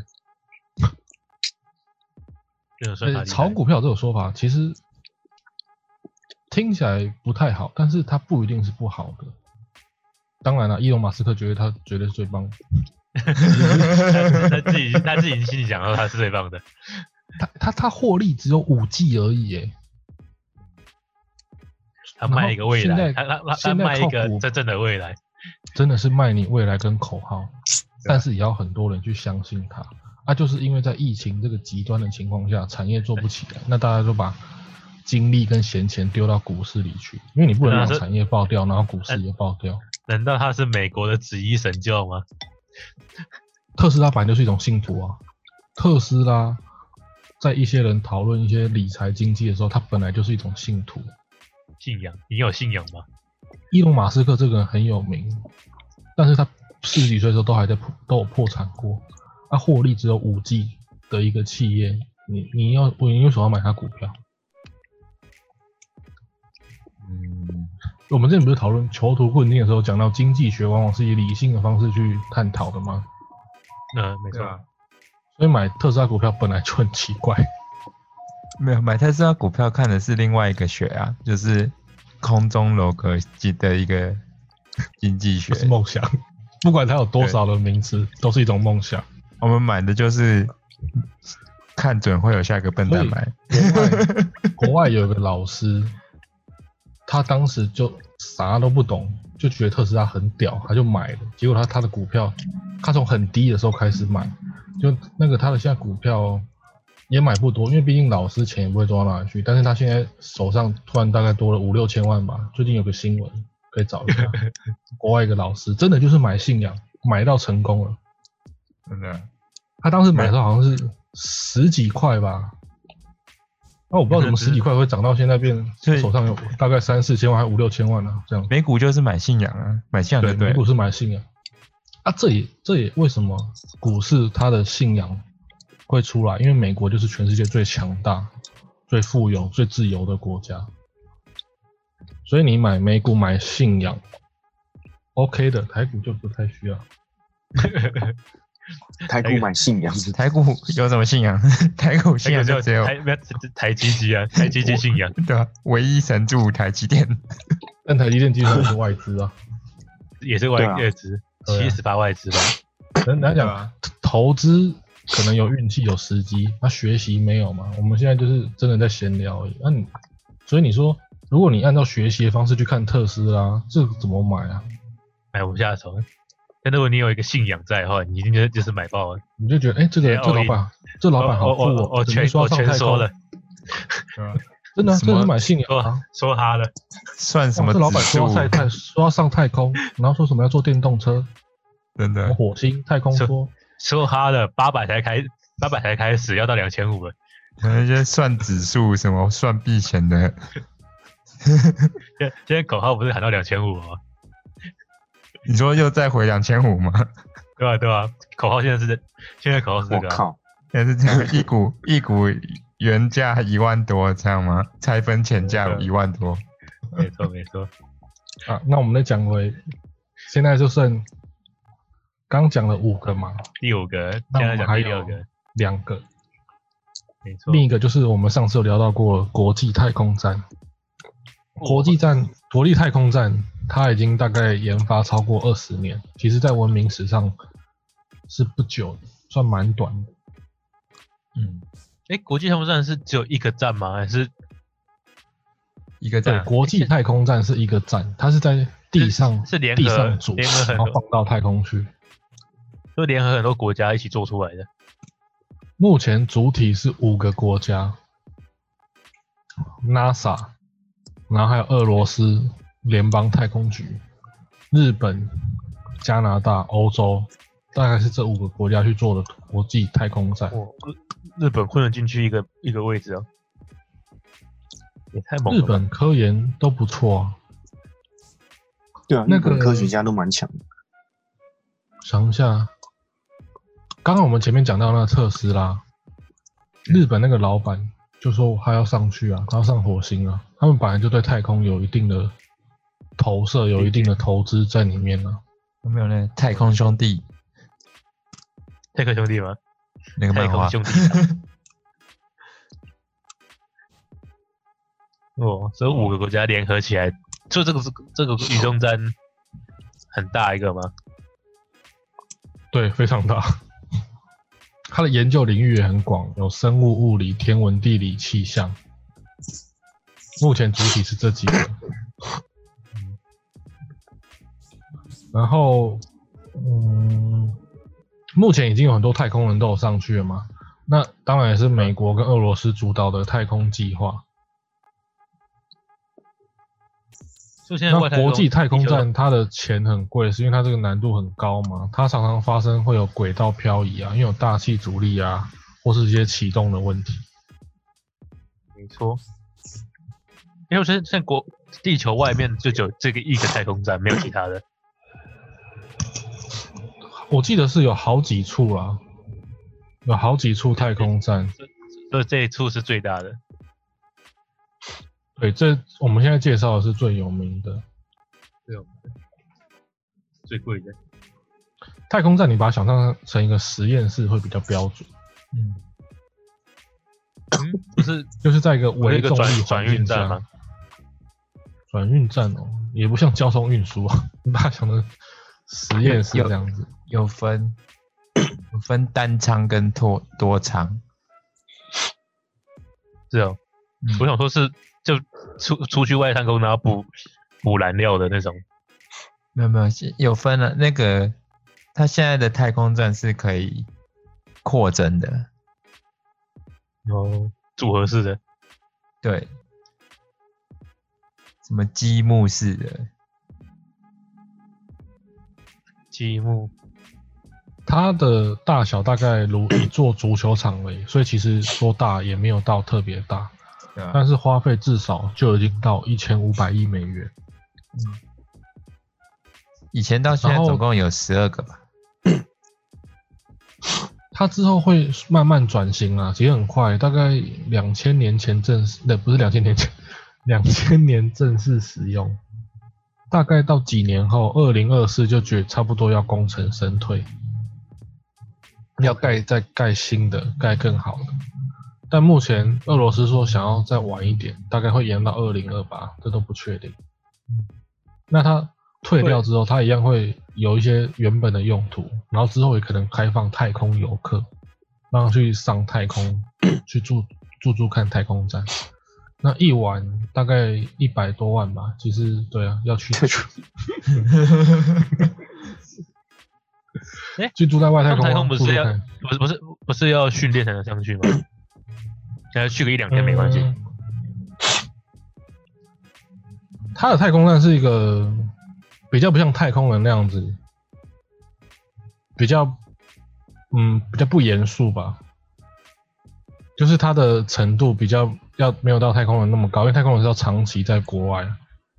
Speaker 1: 炒股票这种说法其实听起来不太好，但是它不一定是不好的。当然了，伊隆马斯克觉得他绝对是最棒的。
Speaker 4: 他自己心里讲到他是最棒的。他
Speaker 1: 获利只有5G 而已耶。
Speaker 4: 他卖一个未来，他卖一个
Speaker 1: 靠
Speaker 4: 真正的未来，
Speaker 1: 真的是卖你未来跟口号，但是也要很多人去相信它。就是因为在疫情这个极端的情况下，产业做不起来，那大家就把精力跟闲钱丢到股市里去，因为你不能让产业爆掉，然后股市也爆掉。
Speaker 4: 难道他是美国的紫衣神教吗？
Speaker 1: 特斯拉本来就是一种信徒啊，特斯拉在一些人讨论一些理财经济的时候，它本来就是一种信徒。
Speaker 4: 信仰，你有信仰吗？
Speaker 1: 伊隆马斯克这个人很有名，但是他40几岁的时候都有破产过，他获利只有5G 的一个企业，你为什么要买他股票？我们之前不是讨论囚徒困境的时候，讲到经济学往往是以理性的方式去探讨的吗？
Speaker 4: 没错。
Speaker 1: 所以买特斯拉股票本来就很奇怪。
Speaker 3: 没有买特斯拉股票看的是另外一个学啊，就是空中楼阁的一个经济学，
Speaker 1: 是梦想。不管它有多少的名词，都是一种梦想。
Speaker 3: 我们买的就是看准会有下一个笨蛋买。
Speaker 1: 国外有一个老师，他当时就啥都不懂，就觉得特斯拉很屌，他就买了。结果他的股票，他从很低的时候开始买，就那个他的现在股票也买不多，因为毕竟老师钱也不会多到哪里去。但是他现在手上突然大概多了5、6千万吧。最近有个新闻可以找一下，国外一个老师真的就是买信仰，买到成功了。
Speaker 3: 真的，
Speaker 1: 他当时买的时候好像是10几块吧。那我不知道怎么10几块会涨到现在变手上有大概3、4千万还5、6千万啊，这样。
Speaker 3: 美股就是买信仰啊，买信仰对不对？
Speaker 1: 美股是买信仰这也为什么股市它的信仰会出来？因为美国就是全世界最强大、最富有、最自由的国家，所以你买美股买信仰 ，OK 的，台股就不太需要。
Speaker 2: 台股买信仰，
Speaker 3: 台股有什么信仰？台股信仰就只有
Speaker 4: 台积机啊，台积机信仰，
Speaker 3: 对啊，唯一神助台积电，
Speaker 1: 但台积电基本上是外资啊，
Speaker 4: 也是外资，78%外资吧。
Speaker 1: 来讲投资可能有运气有时机，学习没有嘛？我们现在就是真的在闲聊而已。所以你说，如果你按照学习的方式去看特斯拉，这个怎么买啊？
Speaker 4: 买不下手。但如果你有一个信仰在的话，你一定就是买爆了。
Speaker 1: 你就觉得，这老板好酷哦！
Speaker 4: 我全说了，
Speaker 1: 真的，这是买信仰啊！
Speaker 4: 说他的，
Speaker 3: 算什么？
Speaker 1: 这老板说要上太空，然后说什么要坐电动车，
Speaker 3: 真的，
Speaker 1: 火星太空
Speaker 4: 说他的800才开始，要到2500了。
Speaker 3: 那些算指数什么算避险的，
Speaker 4: 现在口号不是喊到2500吗？
Speaker 3: 你说又再回2500吗？
Speaker 4: 对吧？口号现在口号是这个。
Speaker 2: 我靠！
Speaker 3: 现在是这样，一股原价1万多这样吗？拆分前价1万多。
Speaker 4: 没错。
Speaker 1: 那我们再讲回，现在就剩刚讲了5个嘛，
Speaker 4: 第5个，
Speaker 1: 现在
Speaker 4: 讲第6个
Speaker 1: ，2个。
Speaker 4: 没错。
Speaker 1: 另一个就是我们上次有聊到过国际太空站。国际太空站，它已经大概研发超过20年，其实在文明史上是不久的，算蛮短的。
Speaker 4: 国际太空站是只有一个站吗？还是
Speaker 3: 一个站？
Speaker 1: 对，国际太空站是一个站，它是在地上地上组，然后放到太空去，
Speaker 4: 就联合很多国家一起做出来的。
Speaker 1: 目前主体是5个国家 ，NASA。然后还有俄罗斯联邦太空局、日本、加拿大、欧洲，大概是这5个国家去做的国际太空站。
Speaker 4: 日本混了进去一个位置啊，也太猛了。
Speaker 1: 日本科研都不错啊。
Speaker 2: 对啊，那个科学家都蛮强的。
Speaker 1: 想一下，刚刚我们前面讲到那个特斯拉，日本那个老板就说他要上去啊，他要上火星啊。他们本来就对太空有一定的投射，有一定的投资在里面啊。
Speaker 3: 有没有呢？太空兄弟？
Speaker 4: 太空兄弟吗？
Speaker 3: 那个漫画。
Speaker 4: 太空兄弟。所以5个国家联合起来，就这个宇宙站很大一个吗？
Speaker 1: 对，非常大。它的研究领域也很广，有生物、物理、天文、地理、气象。 目前主体是这几个。然后，目前已经有很多太空人都有上去了嘛。那当然也是美国跟俄罗斯主导的太空计划。那国际太空站它的钱很贵，是因为它这个难度很高嘛，它常常发生会有轨道漂移啊，因为有大气阻力啊，或是一些启动的问题。
Speaker 4: 没错，因为现在地球外面就只有这个一个太空站，没有其他的。
Speaker 1: 我记得是有好几处啊，有好几处太空站，
Speaker 4: 所以这一处是最大的。
Speaker 1: 对，我们现在介绍的是最有名的，
Speaker 4: 最贵的
Speaker 1: 太空站。你把它想象成一个实验室会比较标准。
Speaker 4: 不是，
Speaker 1: 就是在一个微重力
Speaker 4: 转运站吗？
Speaker 1: 转运站哦，也不像交通运输啊，你把它想成实验室这样子。
Speaker 3: 有分单舱跟多舱。
Speaker 4: 是哦，我想说是就出去外太空然后补燃料的那种。
Speaker 3: 没有有分了。那个它现在的太空站是可以扩增的。
Speaker 4: 组合式的。
Speaker 3: 对。什么积木式的？
Speaker 4: 积木。
Speaker 1: 它的大小大概如一座足球场而已，所以其实说大也没有到特别大，但是花费至少就已经到1500亿美元。
Speaker 3: 以前到现在总共有12个吧。
Speaker 1: 它之后会慢慢转型啊，其实很快，大概2000年前正式，不是2000年前，2000年正式使用，大概到几年后，2024就觉得差不多要功成身退。要再盖新的，盖更好的，但目前俄罗斯说想要再晚一点，大概会延到2028，这都不确定。那它退掉之后，它一样会有一些原本的用途，然后之后也可能开放太空游客，让他去上太空，去住看太空站。那一晚大概100多万吧，其实对啊，要去。去住在外太空
Speaker 4: 不是要训练才能上去吗？现在去个1-2天没关系。
Speaker 1: 它的太空站是一个比较不像太空人那样子，比较不严肃吧。就是它的程度比较没有到太空人那么高，因为太空人是要长期在国外。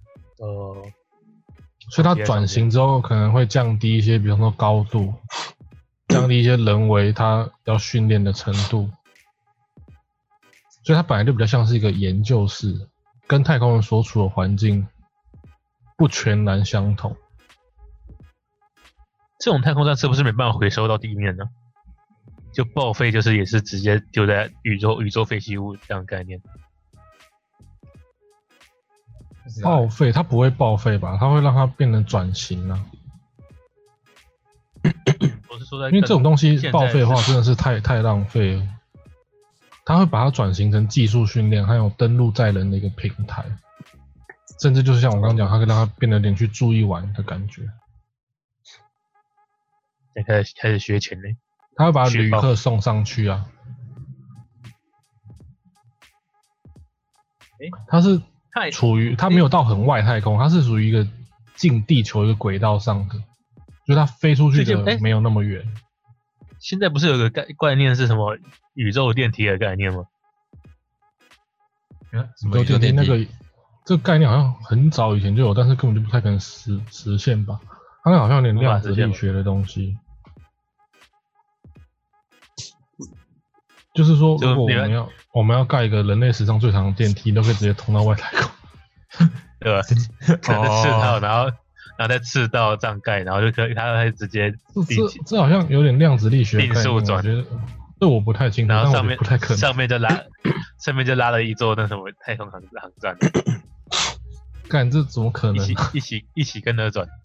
Speaker 1: 所以它转型之后可能会降低一些，比方说高度，降低一些人为它要训练的程度。所以它本来就比较像是一个研究室，跟太空人所处的环境不全然相同。
Speaker 4: 这种太空站是不是没办法回收到地面呢？就报废，就是也是直接丢在宇宙废弃物这样的概念。
Speaker 1: 报废，它不会报废吧？它会让它变成转型啊。
Speaker 4: 我是说在，
Speaker 1: 因为这种东西报废的话，真的是太浪费了。它会把它转型成技术训练，还有登陆载人的一个平台，甚至就是像我刚刚讲，它可以让它变得有点去住一晚的感觉。
Speaker 4: 开始学钱嘞。
Speaker 1: 他会把旅客送上去啊。它是处于它没有到很外太空，它是属于一个近地球一个轨道上的，就是它飞出去的没有那么远。
Speaker 4: 现在不是有个概念是什么宇宙电梯的概念吗？
Speaker 1: 宇宙电梯那个这个概念好像很早以前就有，但是根本就不太可能实现吧？它好像有点量子力学的东西。就是说，如果我们要盖一个人类史上最长的电梯，都可以直接通到外太空，
Speaker 4: 对吧？可能赤道，然后再赤道这样盖，然后就可以，它会直接
Speaker 1: 这好像有点量子力学
Speaker 4: 定速转，
Speaker 1: 我觉得这我不太清楚，
Speaker 4: 然后上面
Speaker 1: 不太可能。
Speaker 4: 上面就拉了一座那什么太空航站，
Speaker 1: 干这怎么可能？
Speaker 4: 一起跟着转，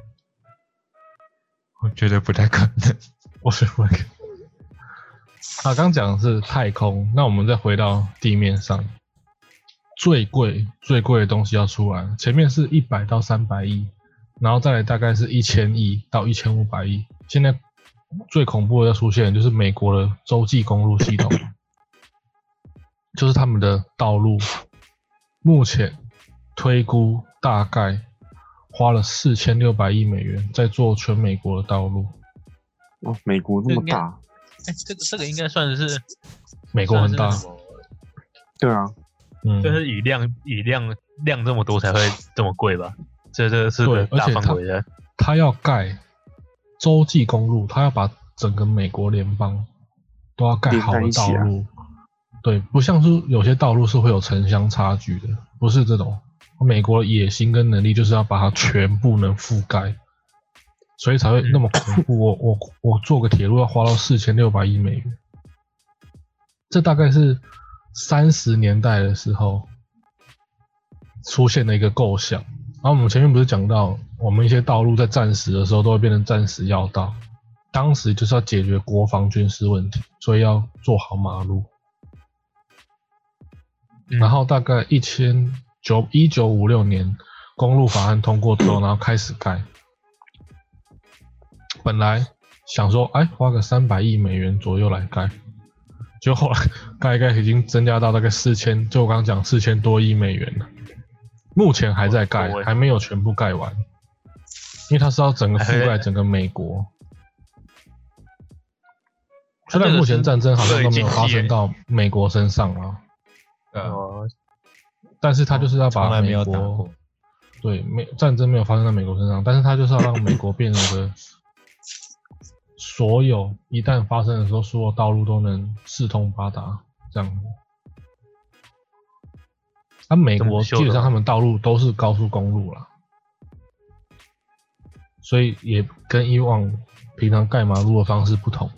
Speaker 3: 我觉得不太可能。
Speaker 1: 我是会。刚讲的是太空，那我们再回到地面上。 最贵的东西要出来，前面是100到300亿，然后再来大概是1000亿到1500亿，现在最恐怖的要出现就是美国的洲际公路系统，就是他们的道路，目前推估大概花了4600亿美元在做全美国的道路。
Speaker 2: 哦，美国那么大，
Speaker 4: 这个应该算是
Speaker 1: 美国很大，
Speaker 2: 对啊，
Speaker 4: 就是以量这么多才会这么贵吧？这是个大范围的。
Speaker 1: 他要盖洲际公路，他要把整个美国联邦都要盖好的道路。对，不像是有些道路是会有城乡差距的，不是这种。美国的野心跟能力就是要把它全部能覆盖，所以才会那么恐怖。我做个铁路要花到4600亿美元，这大概是30年代的时候出现的一个构想。然后我们前面不是讲到，我们一些道路在战时的时候都会变成战时要道，当时就是要解决国防军事问题，所以要做好马路。然后大概1956年公路法案通过之后，然后开始盖。本来想说，花个300亿美元左右来盖，结果后来盖一盖已经增加到大概4000，就我刚刚讲4000多亿美元了。目前还在盖，还没有全部盖完，因为它是要整个覆盖整个美国。虽然目前战争好像都没有发生到美国身上啊。但是他就是要把美国，对，战争没有发生在美国身上，但是他就是要让美国变成一个所有一旦发生的时候，所有道路都能四通八达这样。美国基本上他们道路都是高速公路啦，所以也跟以往平常盖马路的方式不同。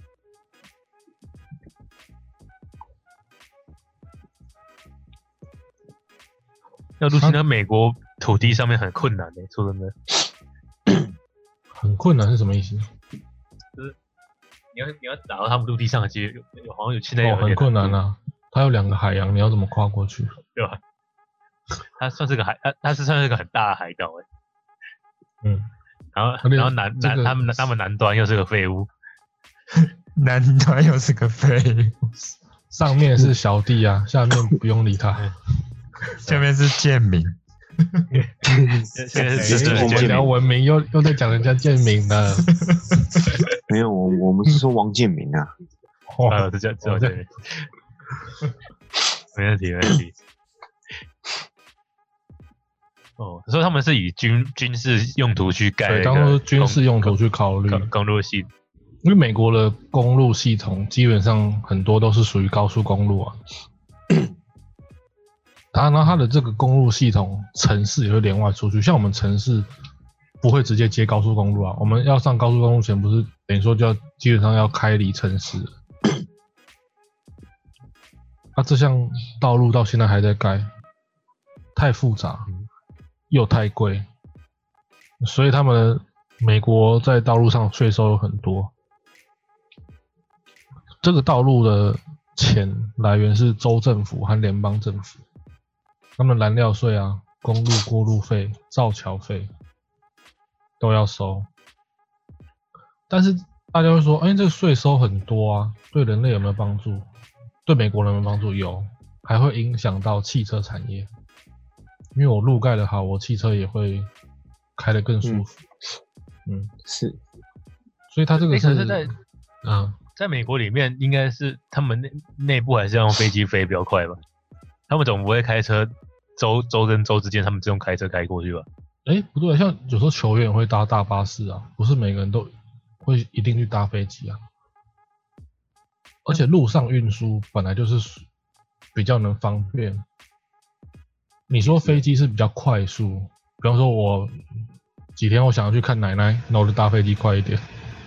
Speaker 4: 要入侵到美国土地上面很困难的，说真的。
Speaker 1: 很困难是什么意思？
Speaker 4: 就是你要打到他们陆地上的机会，好像有现在有
Speaker 1: 很困难啊。它有2个海洋，你要怎么跨过去？
Speaker 4: 对吧？它算是个它是算是个很大的海岛然后他们南端又是个废物，
Speaker 3: 南端又是个废物，
Speaker 1: 上面是小弟啊，下面不用理他。
Speaker 3: 下面是贱民，
Speaker 1: 我们聊文明又在讲人家贱民了。
Speaker 2: 没有，我们是说王建民啊。
Speaker 4: 这叫贱民。没问题。所以他们是以军事用途去盖，
Speaker 1: 对，当做军事用途去考虑
Speaker 4: 公路系。
Speaker 1: 因为美国的公路系统基本上很多都是属于高速公路啊。然后它的这个公路系统，城市也会连外出去。像我们城市不会直接接高速公路啊，我们要上高速公路前，不是等于说就要基本上要开离城市了。这项道路到现在还在盖，太复杂又太贵，所以他们美国在道路上税收有很多。这个道路的钱来源是州政府和联邦政府。他们燃料税啊、公路过路费、造桥费都要收，但是大家会说，这个税收很多啊，对人类有没有帮助？对美国人有没有帮助？有，还会影响到汽车产业，因为我路盖得好，我汽车也会开得更舒服。
Speaker 2: 是，
Speaker 1: 所以它这个是
Speaker 4: 在美国里面，应该是他们内部还是要用飞机飞比较快吧？他们总不会开车州跟州之间，他们只用开车开过去吧？
Speaker 1: 不对，像有时候球员会搭大巴士啊，不是每个人都会一定去搭飞机啊。而且路上运输本来就是比较能方便。你说飞机是比较快速，比方说我几天我想要去看奶奶，那我就搭飞机快一点。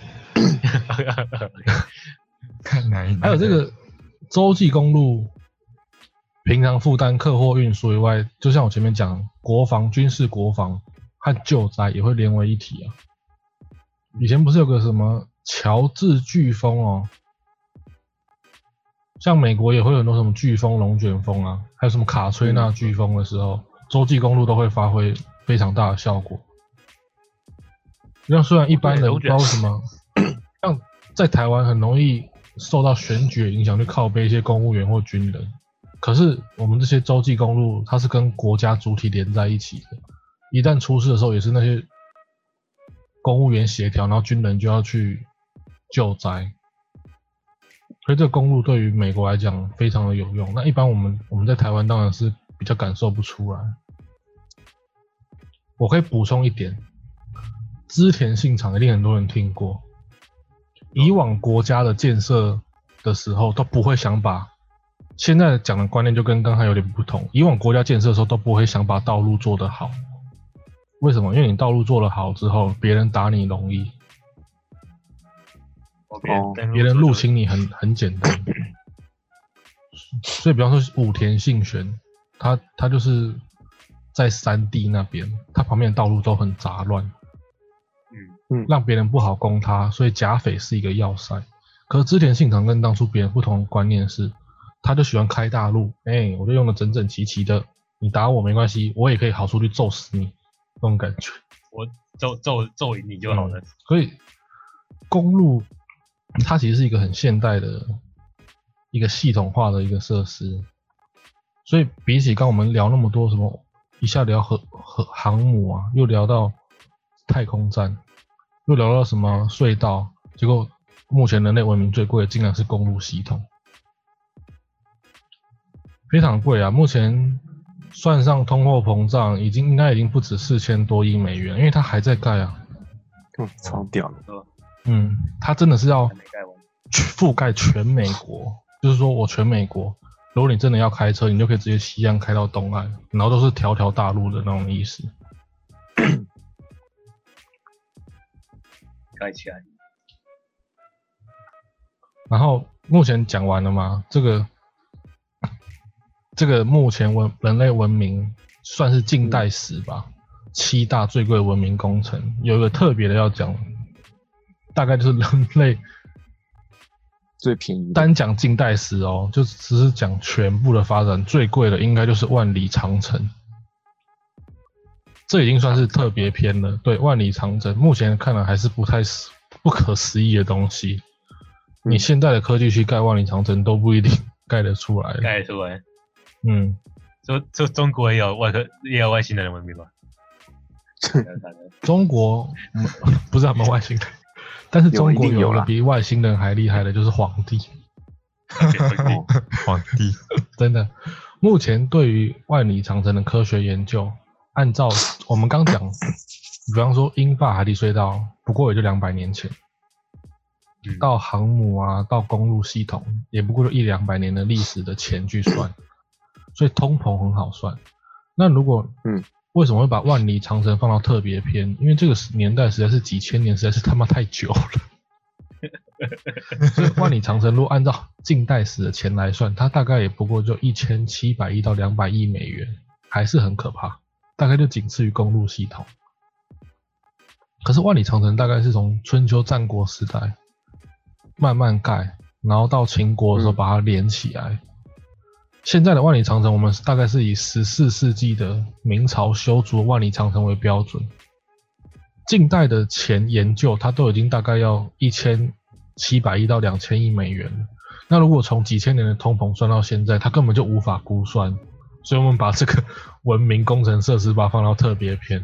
Speaker 3: 看奶奶。
Speaker 1: 还有这个洲际公路。平常负担客货运输以外，就像我前面讲，军事国防和救灾也会连为一体啊。以前不是有个什么乔治飓风像美国也会有很多什么飓风、龙卷风啊，还有什么卡崔娜飓风的时候，洲际公路都会发挥非常大的效果。像虽然一般人不知道为什么，像在台湾很容易受到选举的影响，去靠背一些公务员或军人，可是我们这些洲际公路，它是跟国家主体连在一起的，一旦出事的时候，也是那些公务员协调，然后军人就要去救灾。所以这个公路对于美国来讲非常的有用。那一般我们在台湾当然是比较感受不出来。我可以补充一点，织田信长一定很多人听过。以往国家的建设的时候都不会想把，现在讲的观念就跟刚才有点不同。以往国家建设的时候都不会想把道路做得好，为什么？因为你道路做得好之后，别人打你容易。别人入侵你很简单，所以比方说武田信玄，他就是在山地那边，他旁边的道路都很杂乱，让别人不好攻他，所以甲斐是一个要塞。可是织田信长跟当初别人不同的观念是，他就喜欢开大路，我就用得整整齐齐的，你打我没关系，我也可以好出去揍死你，那种感觉。
Speaker 4: 我揍赢你就好了。
Speaker 1: 所以公路它其实是一个很现代的一个系统化的一个设施，所以比起刚我们聊那么多什么，一下聊航母啊，又聊到太空站，又聊到什么隧道，结果目前人类文明最贵的竟然是公路系统，非常贵啊！目前算上通货膨胀，应该已经不止4000多亿美元，因为它还在盖啊，
Speaker 2: 超屌的。
Speaker 1: 它真的是要覆盖全美国，就是说我全美国，如果你真的要开车，你就可以直接西岸开到东岸，然后都是条条大路的那种意思。
Speaker 4: 盖起来。
Speaker 1: 然后目前讲完了吗？这个目前人类文明算是近代史吧，7大最贵的文明工程，有一个特别的要讲。大概就是人类
Speaker 2: 最便宜的，
Speaker 1: 单讲近代史哦，就只是讲全部的发展，最贵的应该就是万里长城，这已经算是特别篇了。对，万里长城目前看来还是不可思议的东西，你现在的科技去盖万里长城都不一定盖得出来。
Speaker 4: 盖得出来。
Speaker 1: 就
Speaker 4: 中国也有外星人的文明吗？
Speaker 1: 中国不是他们外星人。但是中国有个比外星人还厉害的，就是皇帝。
Speaker 3: 皇帝
Speaker 1: 真的，目前对于万里长城的科学研究，按照我们刚讲，比方说英法海底隧道，不过也就200年前，到航母啊，到公路系统，也不过就100-200年的历史的钱去算，所以通膨很好算。那如果为什么会把万里长城放到特别篇？因为这个年代实在是几千年，实在是他妈太久了。所以万里长城如果按照近代史的钱来算，它大概也不过就1700亿到200亿美元，还是很可怕，大概就仅次于公路系统。可是万里长城大概是从春秋战国时代慢慢盖，然后到秦国的时候把它连起来。现在的万里长城，我们大概是以14世纪的明朝修筑万里长城为标准。近代的前研究，它都已经大概要1700亿到2000亿美元了。那如果从几千年的通膨算到现在，它根本就无法估算。所以我们把这个文明工程设施把它放到特别篇。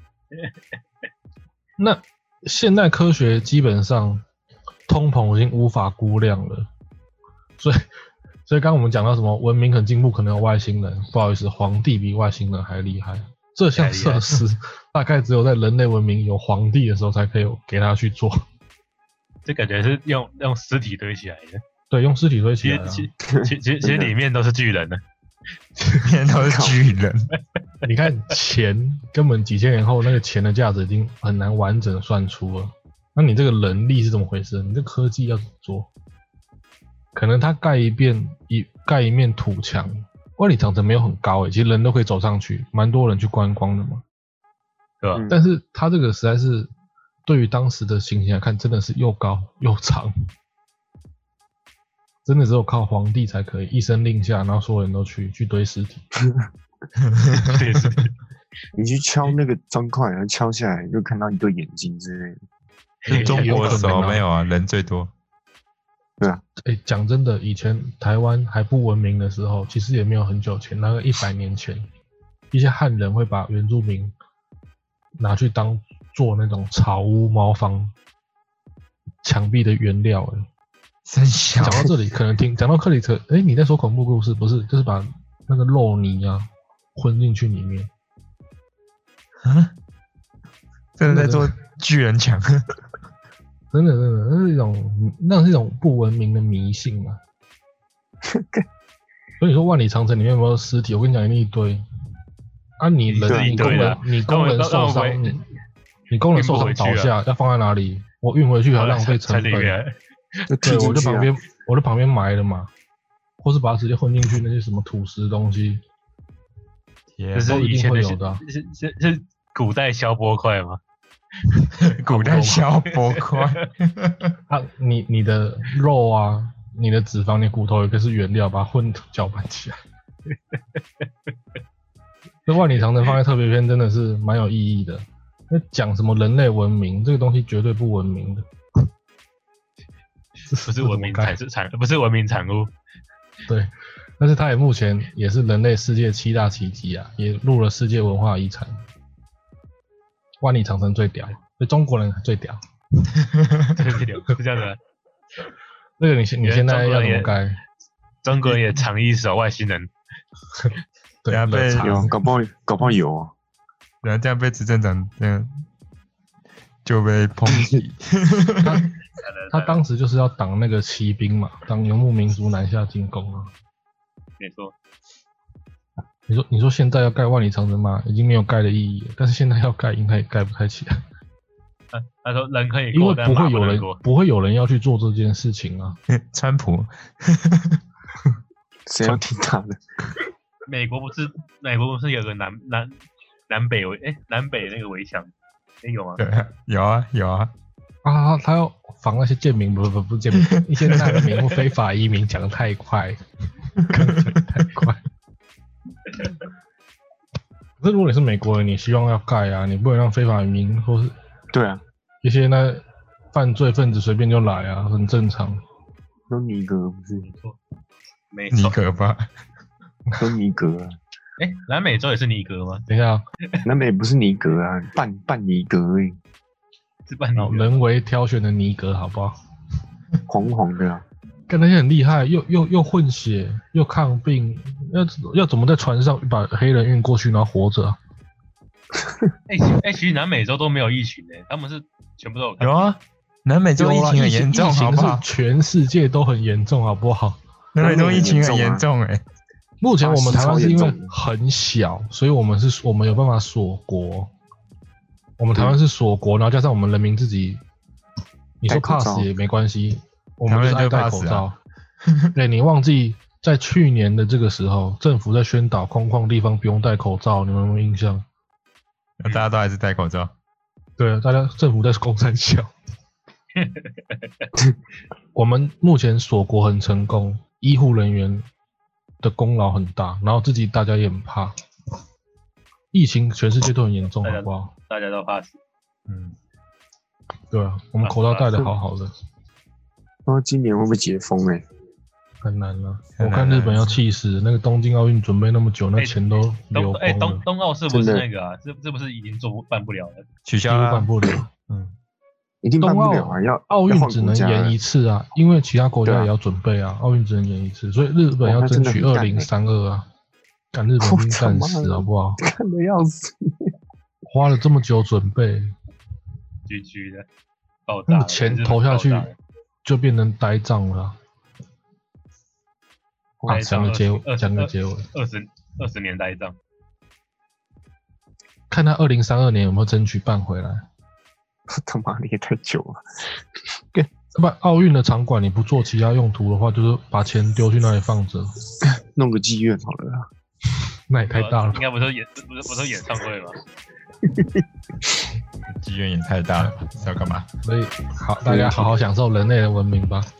Speaker 1: 那现代科学基本上通膨已经无法估量了，所以刚刚我们讲到什么文明很进步，可能有外星人，不好意思，皇帝比外星人还厉害。这项设施大概只有在人类文明有皇帝的时候才可以给他去做。
Speaker 4: 这感觉是用尸体堆起来的。
Speaker 1: 对，用尸体堆起来的。
Speaker 4: 其实里面都是巨人的，
Speaker 3: 里面都是巨人。
Speaker 1: 你看钱根本几千年后那个钱的价值已经很难完整算出了，那你这个人力是怎么回事？你这科技要怎么做？可能他盖一面土墙，万里长城没有很高其实人都可以走上去，蛮多人去观光的嘛，
Speaker 4: 对吧？
Speaker 1: 但是他这个实在是对于当时的情形来看，真的是又高又长。 真的只有靠皇帝才可以一声令下，然后所有人都去堆尸体。
Speaker 2: 你去敲那个砖块，然后敲下来就看到一对眼睛之类的。
Speaker 3: 中国的时候没有啊，人最多。
Speaker 2: 对啊，
Speaker 1: 讲真的，以前台湾还不文明的时候，其实也没有很久前，那个100年前，一些汉人会把原住民拿去当做那种草屋、茅房、墙壁的原料。
Speaker 3: 真小。
Speaker 1: 讲到这里，可能讲到克里特，你在说恐怖故事，不是？就是把那个肉泥啊混进去里面。
Speaker 3: 啊？真的在做巨人墙？
Speaker 1: 真的，那是一种不文明的迷信嘛。所以你说万里长城里面有没有尸体？我跟你讲，一堆。啊，你工人受伤，你工人受伤倒下，要放在哪里？我运回去还浪费成本。对，我就旁边埋了嘛，或是把它直接混进去那些什么土石东西，
Speaker 4: 这是以前会有的。是古代消波块吗？
Speaker 3: 古代消波块。
Speaker 1: 啊，你的肉啊，你的脂肪、你骨头有一个是原料，把它混搅拌起来。这万里长城放在特别篇真的是蛮有意义的。那讲什么人类文明，这个东西绝对不文明的。
Speaker 4: 不是文明不是文明产物。
Speaker 1: 对，但是它也目前也是人类世界7大奇迹啊，也入了世界文化遗产。万里长城最屌，所以中国人最屌。
Speaker 4: 是这样的。
Speaker 1: 这个你现在要怎么改？
Speaker 4: 中国人也藏一手外星人。
Speaker 1: 对
Speaker 3: 啊，
Speaker 2: 有搞不好有啊。
Speaker 3: 然后这样被执政党这样就被抨击。
Speaker 1: 他当时就是要挡那个骑兵嘛，挡游牧民族南下进攻啊。
Speaker 4: 没错。
Speaker 1: 你说现在要盖万里长城吗？已经没有盖的意义了。但是现在要盖，应该也盖不太起来。
Speaker 4: 他说人可以
Speaker 1: 过，因为不会有人要去做这件事情啊。
Speaker 3: 川普，
Speaker 2: 谁要听他的？
Speaker 4: 美国不是有个南北那个围墙？有吗？
Speaker 3: 对，有啊。
Speaker 1: 啊，他要防那些贱民，不是贱民，一些难民或非法移民，讲得太快，太快。可是如果你是美国人，你希望要盖啊，你不能让非法移民或是
Speaker 2: 对啊
Speaker 1: 一些那犯罪分子随便就来啊，很正常。
Speaker 2: 都尼格不是？
Speaker 4: 没错，
Speaker 3: 尼格吧？
Speaker 2: 都尼格啊。
Speaker 4: 南美洲也是尼格吗？
Speaker 1: 等一下，
Speaker 2: 南美不是尼格啊，半尼格而已。
Speaker 4: 是半尼格。
Speaker 1: 人为挑选的尼格，好不好？
Speaker 2: 红红的啊。
Speaker 1: 跟那些很厉害，又混血，又抗病，要怎么在船上把黑人运过去，然后活着啊？
Speaker 4: 其实南美洲都没有疫情他们是全部都
Speaker 3: 有啊。南美洲疫情很严重，好不好？
Speaker 1: 全世界都很严重，好不好？
Speaker 3: 南美洲疫情很严重
Speaker 1: 目前我们台湾是因为很小，所以我们有办法锁国。我们台湾是锁国，然后加上我们人民自己，你说怕死也没关系，我们就是爱戴口罩。对，你忘记在去年的这个时候，政府在宣导空旷地方不用戴口罩，你们有没有印象？
Speaker 3: 大家都还是戴口罩。
Speaker 1: 对，政府在公三小。我们目前锁国很成功，医护人员的功劳很大，然后大家也很怕。疫情全世界都很严重，好不好？
Speaker 4: 大家都怕死。
Speaker 1: 对啊，我们口罩戴得好好的。
Speaker 2: 今年会不会解封
Speaker 1: 很难啊！我看日本要气死，那个东京奥运准备那么久，那钱都流光了。
Speaker 4: 冬奥是不是那个啊？是不是已经办不了了？
Speaker 3: 取消了，
Speaker 1: 办不了。
Speaker 2: 一定办不了啊！
Speaker 1: 奥运只能延一次啊，因为其他国家也要准备啊。奥运只能延一次，所以日本要争取2032啊。赶日本兵战死好不好？
Speaker 2: 看得要死。
Speaker 1: 花了这么久准备
Speaker 4: ，GG 的爆炸，
Speaker 1: 那个钱投下去就变成呆账了。讲个结尾
Speaker 4: ，20年呆账。
Speaker 1: 看他2032年有没有争取办回来。
Speaker 2: 他妈的也太久了。
Speaker 1: 不，奥运的场馆你不做其他用途的话，就是把钱丢去那里放着，
Speaker 2: 弄个妓院好了啦。
Speaker 1: 那也太大了。
Speaker 4: 应该不是演唱会吧？
Speaker 3: 妓院也太大了，是要干嘛？
Speaker 1: 所以大家好好享受人类的文明吧。